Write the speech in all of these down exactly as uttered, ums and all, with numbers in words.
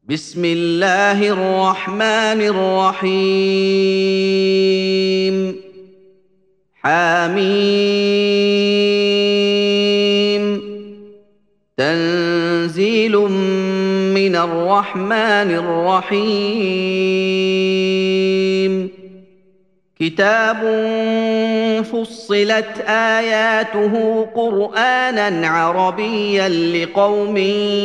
بسم الله الرحمن الرحيم حميم تنزيل من الرحمن الرحيم كتاب فصلت آياته قرآناً عربياً لقوم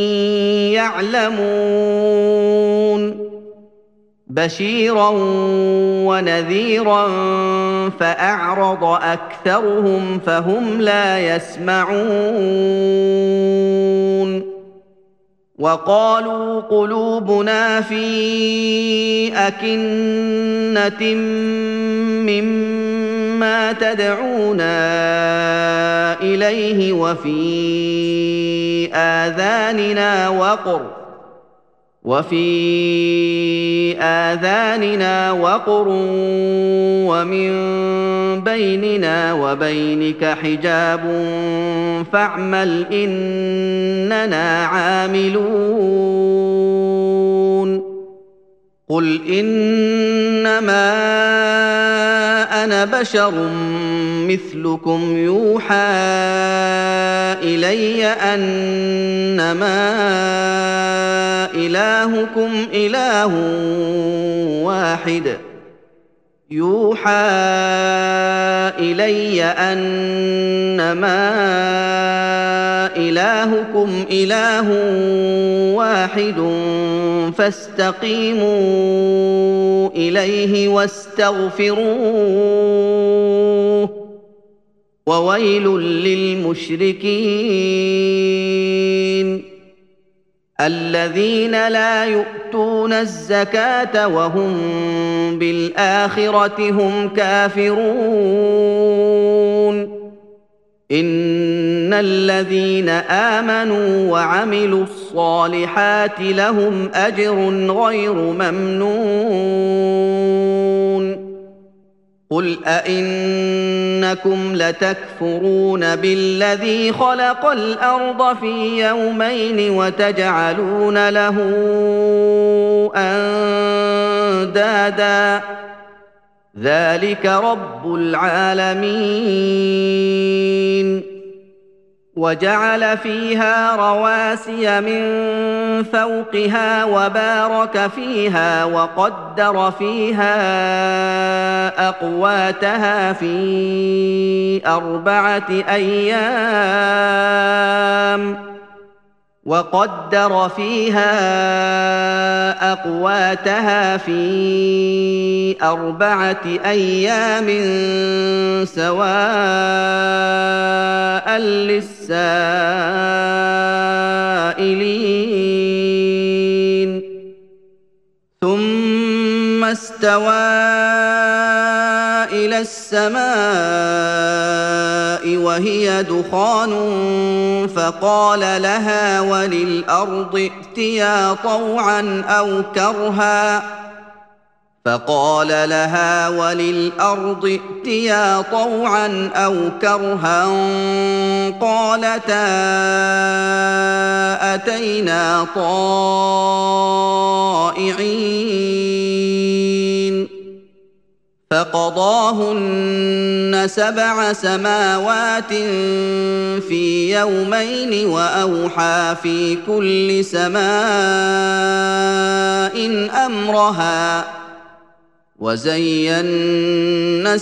يعلمون بشيراً ونذيراً فأعرض أكثرهم فهم لا يسمعون وقالوا قلوبنا في أكنة مما تدعونا إليه وفي آذاننا وقر وفي آذاننا وقر ومن بيننا وبينك حجاب فاعمل إننا عاملون قل إنما أنا بشر مثلكم يوحى إلي أنما إلهكم إله واحد يوحى إلي أنما إلهكم إله واحد فاستقيموا إليه واستغفروه وويل للمشركين الذين لا يؤتون الزكاة وهم بالآخرة هم كافرون إن الذين آمنوا وعملوا الصالحات لهم أجر غير ممنون قل أئنكم لتكفرون بالذي خلق الأرض في يومين وتجعلون له أندادا ذلك رب العالمين وجعل فيها رواسي من فوقها وبارك فيها وقدر فيها أقواتها في أربعة أيام وقدر فيها أقواتها في أربعة أيام سواء للسائلين ثم استوى إلى السماء وهي دخان فقال لها وللأرض ائتيا طوعا أو كرها فقال لها وللأرض ائتيا طوعا أو كرها قالتا أتينا طائعين فقضاهن سبع سماوات في يومين وأوحى في كل سماء أمرها وزينا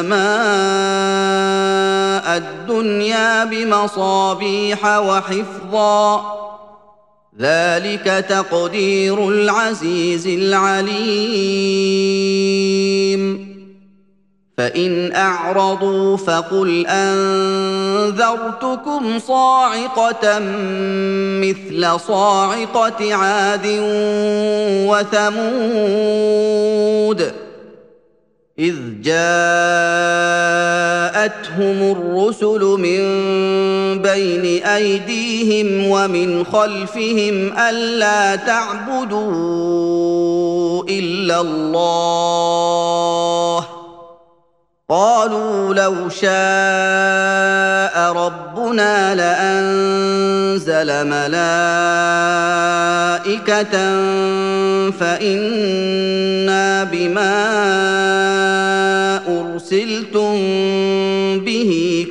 السماء الدنيا بمصابيح وحفظا ذلك تقدير العزيز العليم فإن أعرضوا فقل أنذرتكم صاعقة مثل صاعقة عاد وثمود إذ جاءتهم الرسل من بين أيديهم ومن خلفهم ألا تعبدوا إلا الله قالوا لو شاء ربنا لأنزل ملائكة فإنا بما أرسلتم به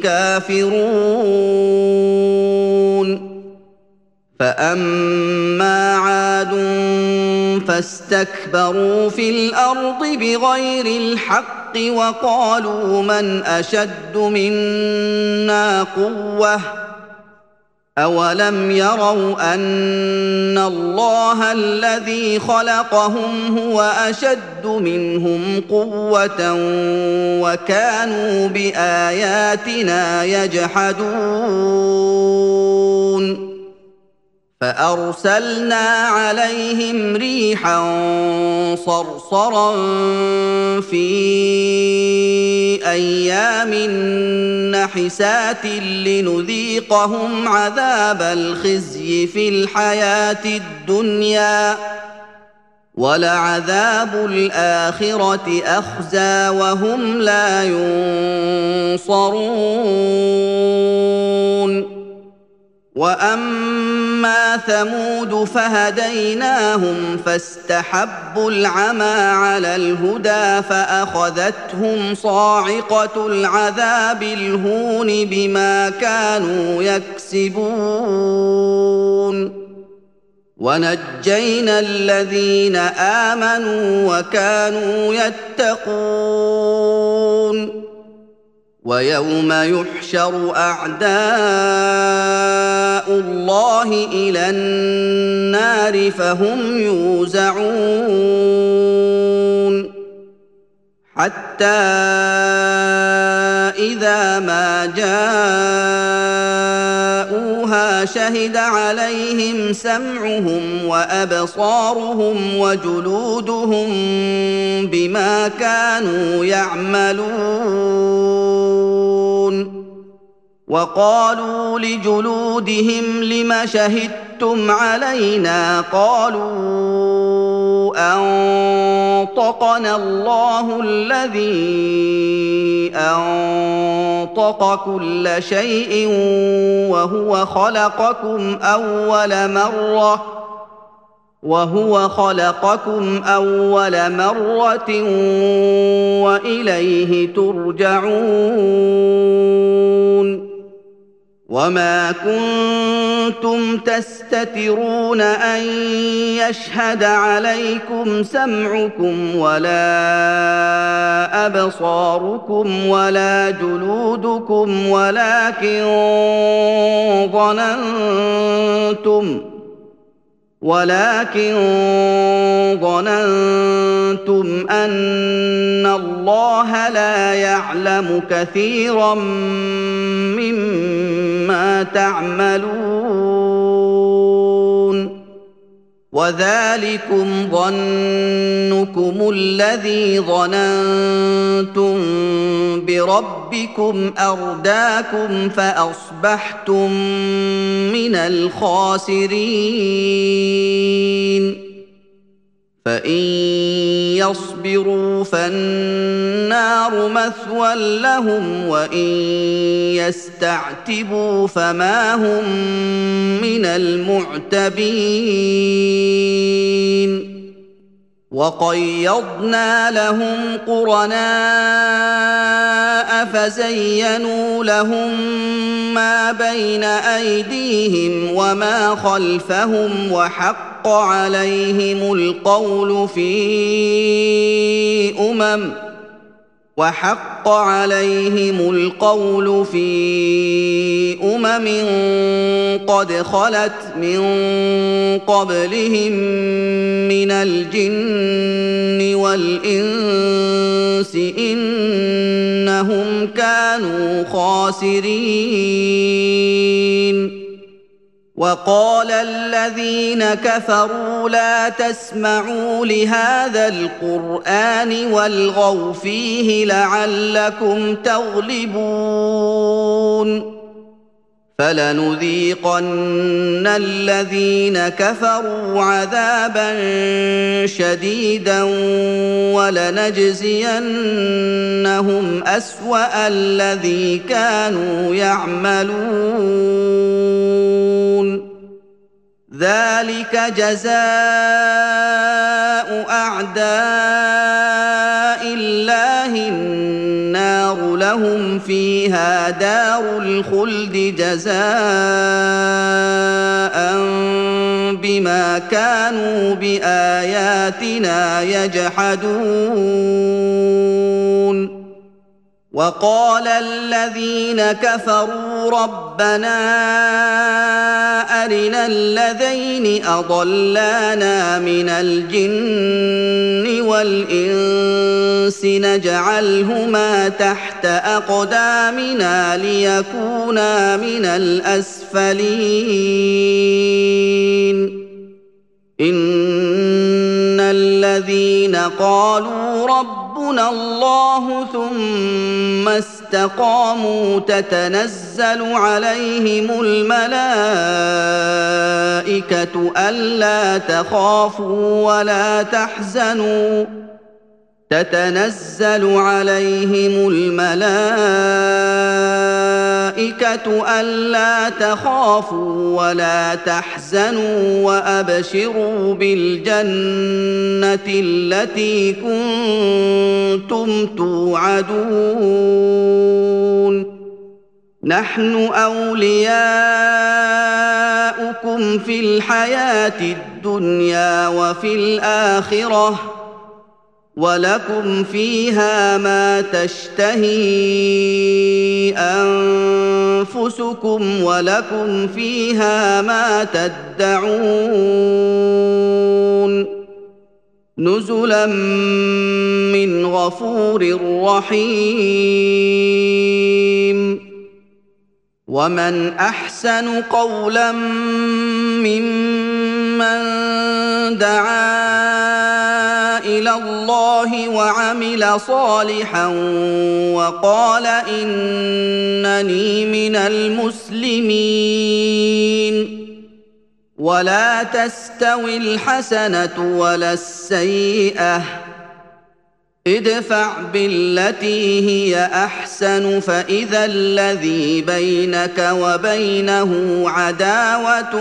كافرون فأما عاد فاستكبروا في الأرض بغير الحق وقالوا من أشد منا قوة أولم يروا أن الله الذي خلقهم هو أشد منهم قوة وكانوا بآياتنا يجحدون فأرسلنا عليهم ريحا صرصرا في أيام نحسات لنذيقهم عذاب الخزي في الحياة الدنيا ولعذاب الآخرة أخزى وهم لا ينصرون وأما ثمود فهديناهم فاستحبوا العمى على الهدى فأخذتهم صاعقة العذاب الهون بما كانوا يكسبون ونجينا الذين آمنوا وكانوا يتقون ويوم يحشر أعداء الله إلى النار فهم يوزعون حتى إذا ما جاءوها شهد عليهم سمعهم وأبصارهم وجلودهم بما كانوا يعملون وقالوا لجلودهم لم شهدتم علينا قالوا أنطقنا الله الذي أنطق كل شيء وهو خلقكم أول مرة وهو خلقكم أول مرة وإليه ترجعون وما كنتم تستترون أن يشهد عليكم سمعكم ولا أبصاركم ولا جلودكم ولكن ظننتم ولكن ظننتم أن الله لا يعلم كثيرا مما تعملون وذلكم ظنكم الذي ظننتم بربكم أرداكم فأصبحتم من الخاسرين فإن يصبروا فالنار مثوى لهم وإن يستعتبوا فما هم من المعتبين وقيضنا لهم قرناء فزينوا لهم ما بين أيديهم وما خلفهم وحق عليهم القول في أمم وحق عليهم القول في أمم قد خلت من قبلهم من الجن والإنس إنهم كانوا خاسرين وقال الذين كفروا لا تسمعوا لهذا القرآن والغوا فيه لعلكم تغلبون فلنذيقن الذين كفروا عذابا شديدا ولنجزينهم أسوأ الذي كانوا يعملون ذلك جزاء أعداء الله النار لهم فيها دار الخلد جزاء بما كانوا بآياتنا يجحدون وقال الذين كفروا ربنا أرنا الذين أضلانا من الجن والإنس نجعلهما تحت أقدامنا ليكونا من الأسفلين إن الذين قالوا ربنا الله ثم استقاموا تتنزل عليهم الملائكة ألا تخافوا ولا تحزنوا تتنزل عليهم الملائكة ألا تخافوا ولا تحزنوا وأبشروا بالجنة التي كنتم توعدون نحن أولياؤكم في الحياة الدنيا وفي الآخرة ولكم فيها ما تشتهي أنفسكم ولكم فيها ما تدعون نزلا من غفور رحيم ومن أحسن قولا ممن دعا إلى الله وعمل صالحا وقال إنني من المسلمين ولا تستوي الحسنة ولا السيئة ادفع بالتي هي أحسن فإذا الذي بينك وبينه عداوة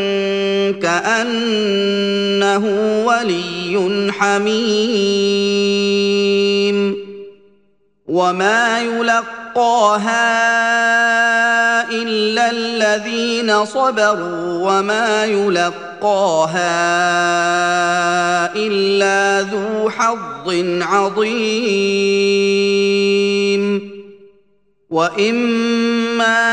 كأنه ولي حميم وما يلقاها إلا الذين صبروا وما يلقاها إلا ذو حظ عظيم وإما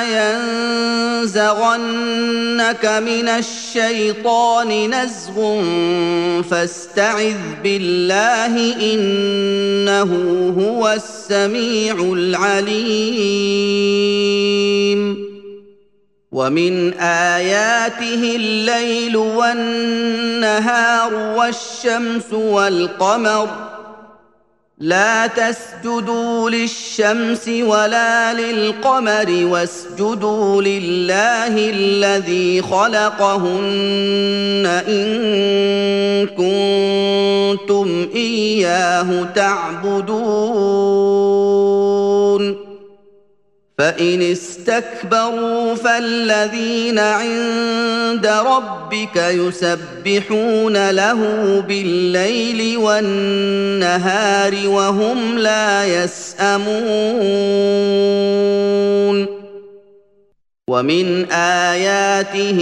ينزغنك من الشيطان نزغ فاستعذ بالله إنه هو السميع العليم ومن آياته الليل والنهار والشمس والقمر لا تسجدوا للشمس ولا للقمر واسجدوا لله الذي خلقهن إن كنتم إياه تعبدون فإن استكبروا فالذين عند ربك يسبحون له بالليل والنهار وهم لا يسأمون ومن آياته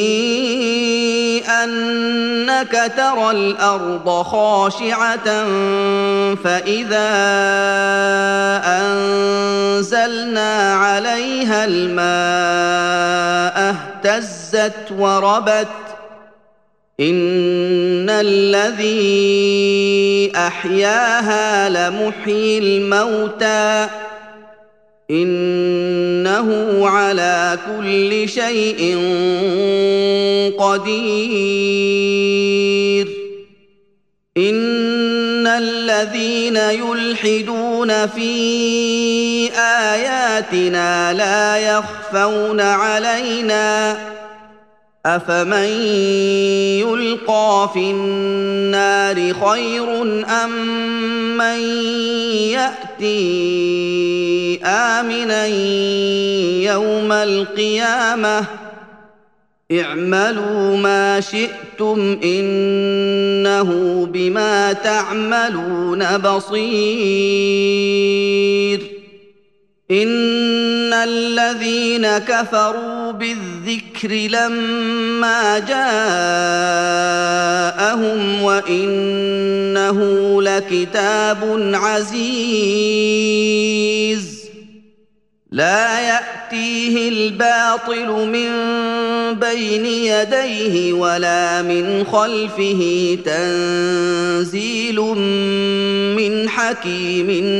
أنك ترى الأرض خاشعة فإذا أنزلنا عليها الماء اهتزت وربت إن الذي أحياها لمحيي الموتى إنه على كل شيء قدير إن الذين يلحدون المجرمون في آياتنا لا يخفون علينا أفمن يلقى في النار خير أم من يأتي آمنا يوم القيامة اعملوا ما شئتم إنه بما تعملون بصير إن الذين كفروا بالذكر لما جاءهم وإنه لكتاب عزيز لا يأتيه الباطل من بين يديه ولا من خلفه تنزيل من حكيم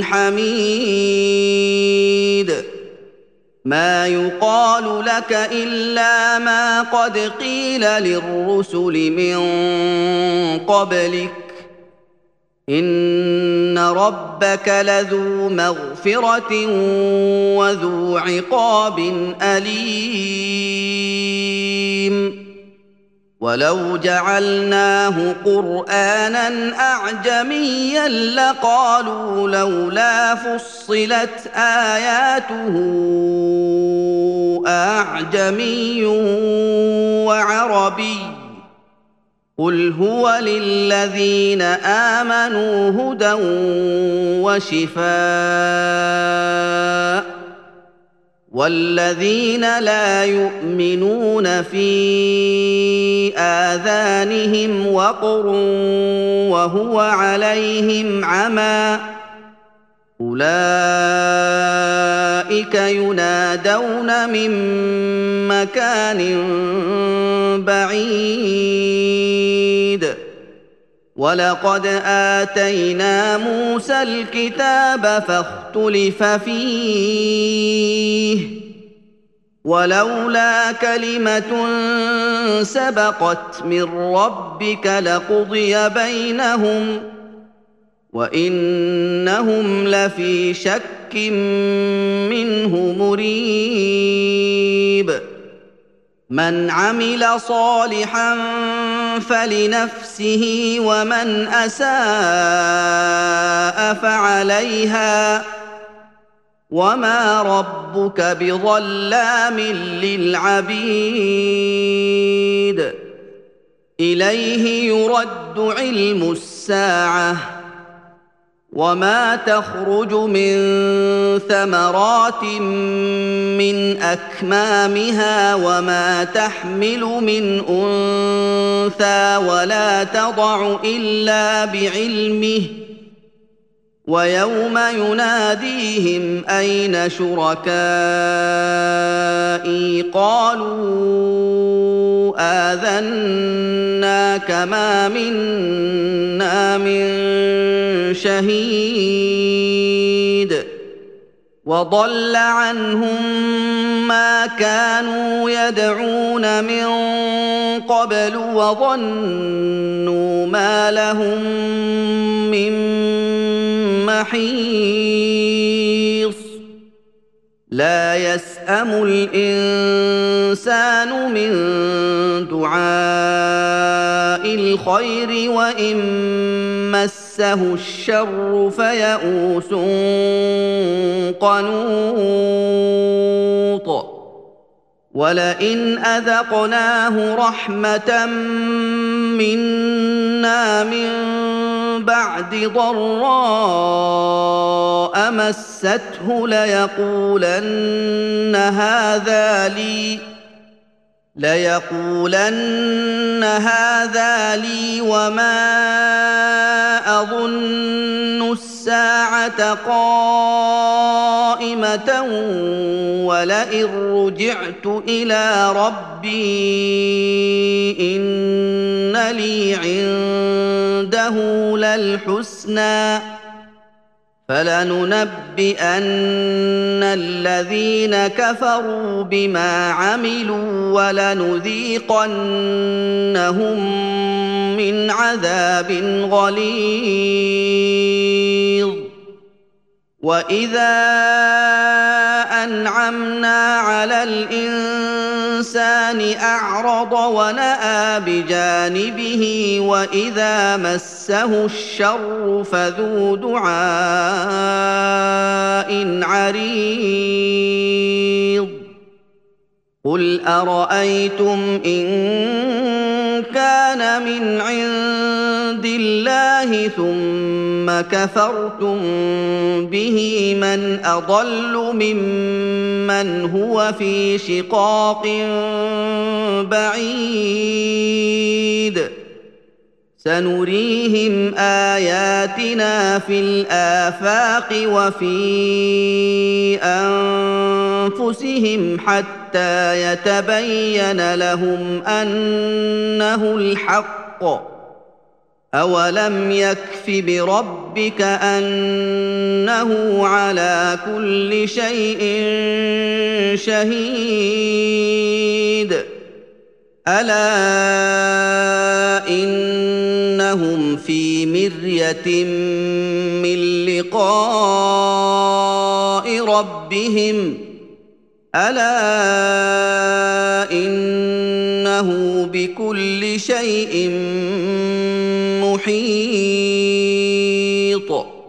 حميد ما يقال لك إلا ما قد قيل للرسل من قبلك إن ربك لذو مغفرة وذو عقاب أليم ولو جعلناه قرآنا أعجميا لقالوا لولا فصلت آياته أعجمي وعربي قل هو للذين آمنوا هدى وشفاء والذين لا يؤمنون في آذانهم وقر وهو عليهم عمى أولئك ينادون من مكان بعيد ولقد آتينا موسى الكتاب فاختلف فيه ولولا كلمة سبقت من ربك لقضي بينهم وإنهم لفي شك منه مريب من عمل صالحا فلنفسه ومن أساء فعليها وما ربك بظلام للعبيد إليه يرد علم الساعة وما تخرج من ثمرات من أكمامها وما تحمل من أنثى ولا تضع إلا بعلمه ويوم يناديهم أين شركائي قالوا آذناك ما منا من شهيد وضل عنهم ما كانوا يدعون من قبل وظنوا ما لهم من محيص لا يسأم الإنسان من دعاء الخير وإن مسه الشر فيئوس قنوط ولئن أذقناه رحمة منا من بعد ضراء مسته ليقولن هذا لي ليقولن هذا لي وما أظن الساعة قائمة ولئن رجعت إلى ربي إن لي عنده للحسنى فلننبئن الذين كفروا بما عملوا ولنذيقنهم من عذاب غليظ وَإِذَا أَنْعَمْنَا عَلَى الْإِنسَانِ أَعْرَضَ وَنَأَىٰ بِجَانِبِهِ وَإِذَا مَسَّهُ الشَّرُّ فَذُو دُعَاءٍ عَرِيضٍ قُلْ أَرَأَيْتُمْ إِن كَانَ مِنْ عِندِ اللَّهِ ثُمَّ كَفَرْتُم بِهِ مَنْ أَضَلُّ مِمَّنْ هُوَ فِي شِقَاقٍ بَعِيدٍ سَنُرِيهِمْ آيَاتِنَا فِي الْآفَاقِ وَفِي أَنفُسِهِمْ حَتَّىٰ يَتَبَيَّنَ لَهُمْ أَنَّهُ الْحَقُّ أَوَلَمْ يَكْفِ بِرَبِّكَ أَنَّهُ عَلَىٰ كُلِّ شَيْءٍ شَهِيدٌ أَلَا إِنَّهُمْ فِي مِرْيَةٍ مِّن لِّقَاءِ رَبِّهِمْ أَلَا إِنَّهُ بِكُلِّ شَيْءٍ مُّحِيطٌ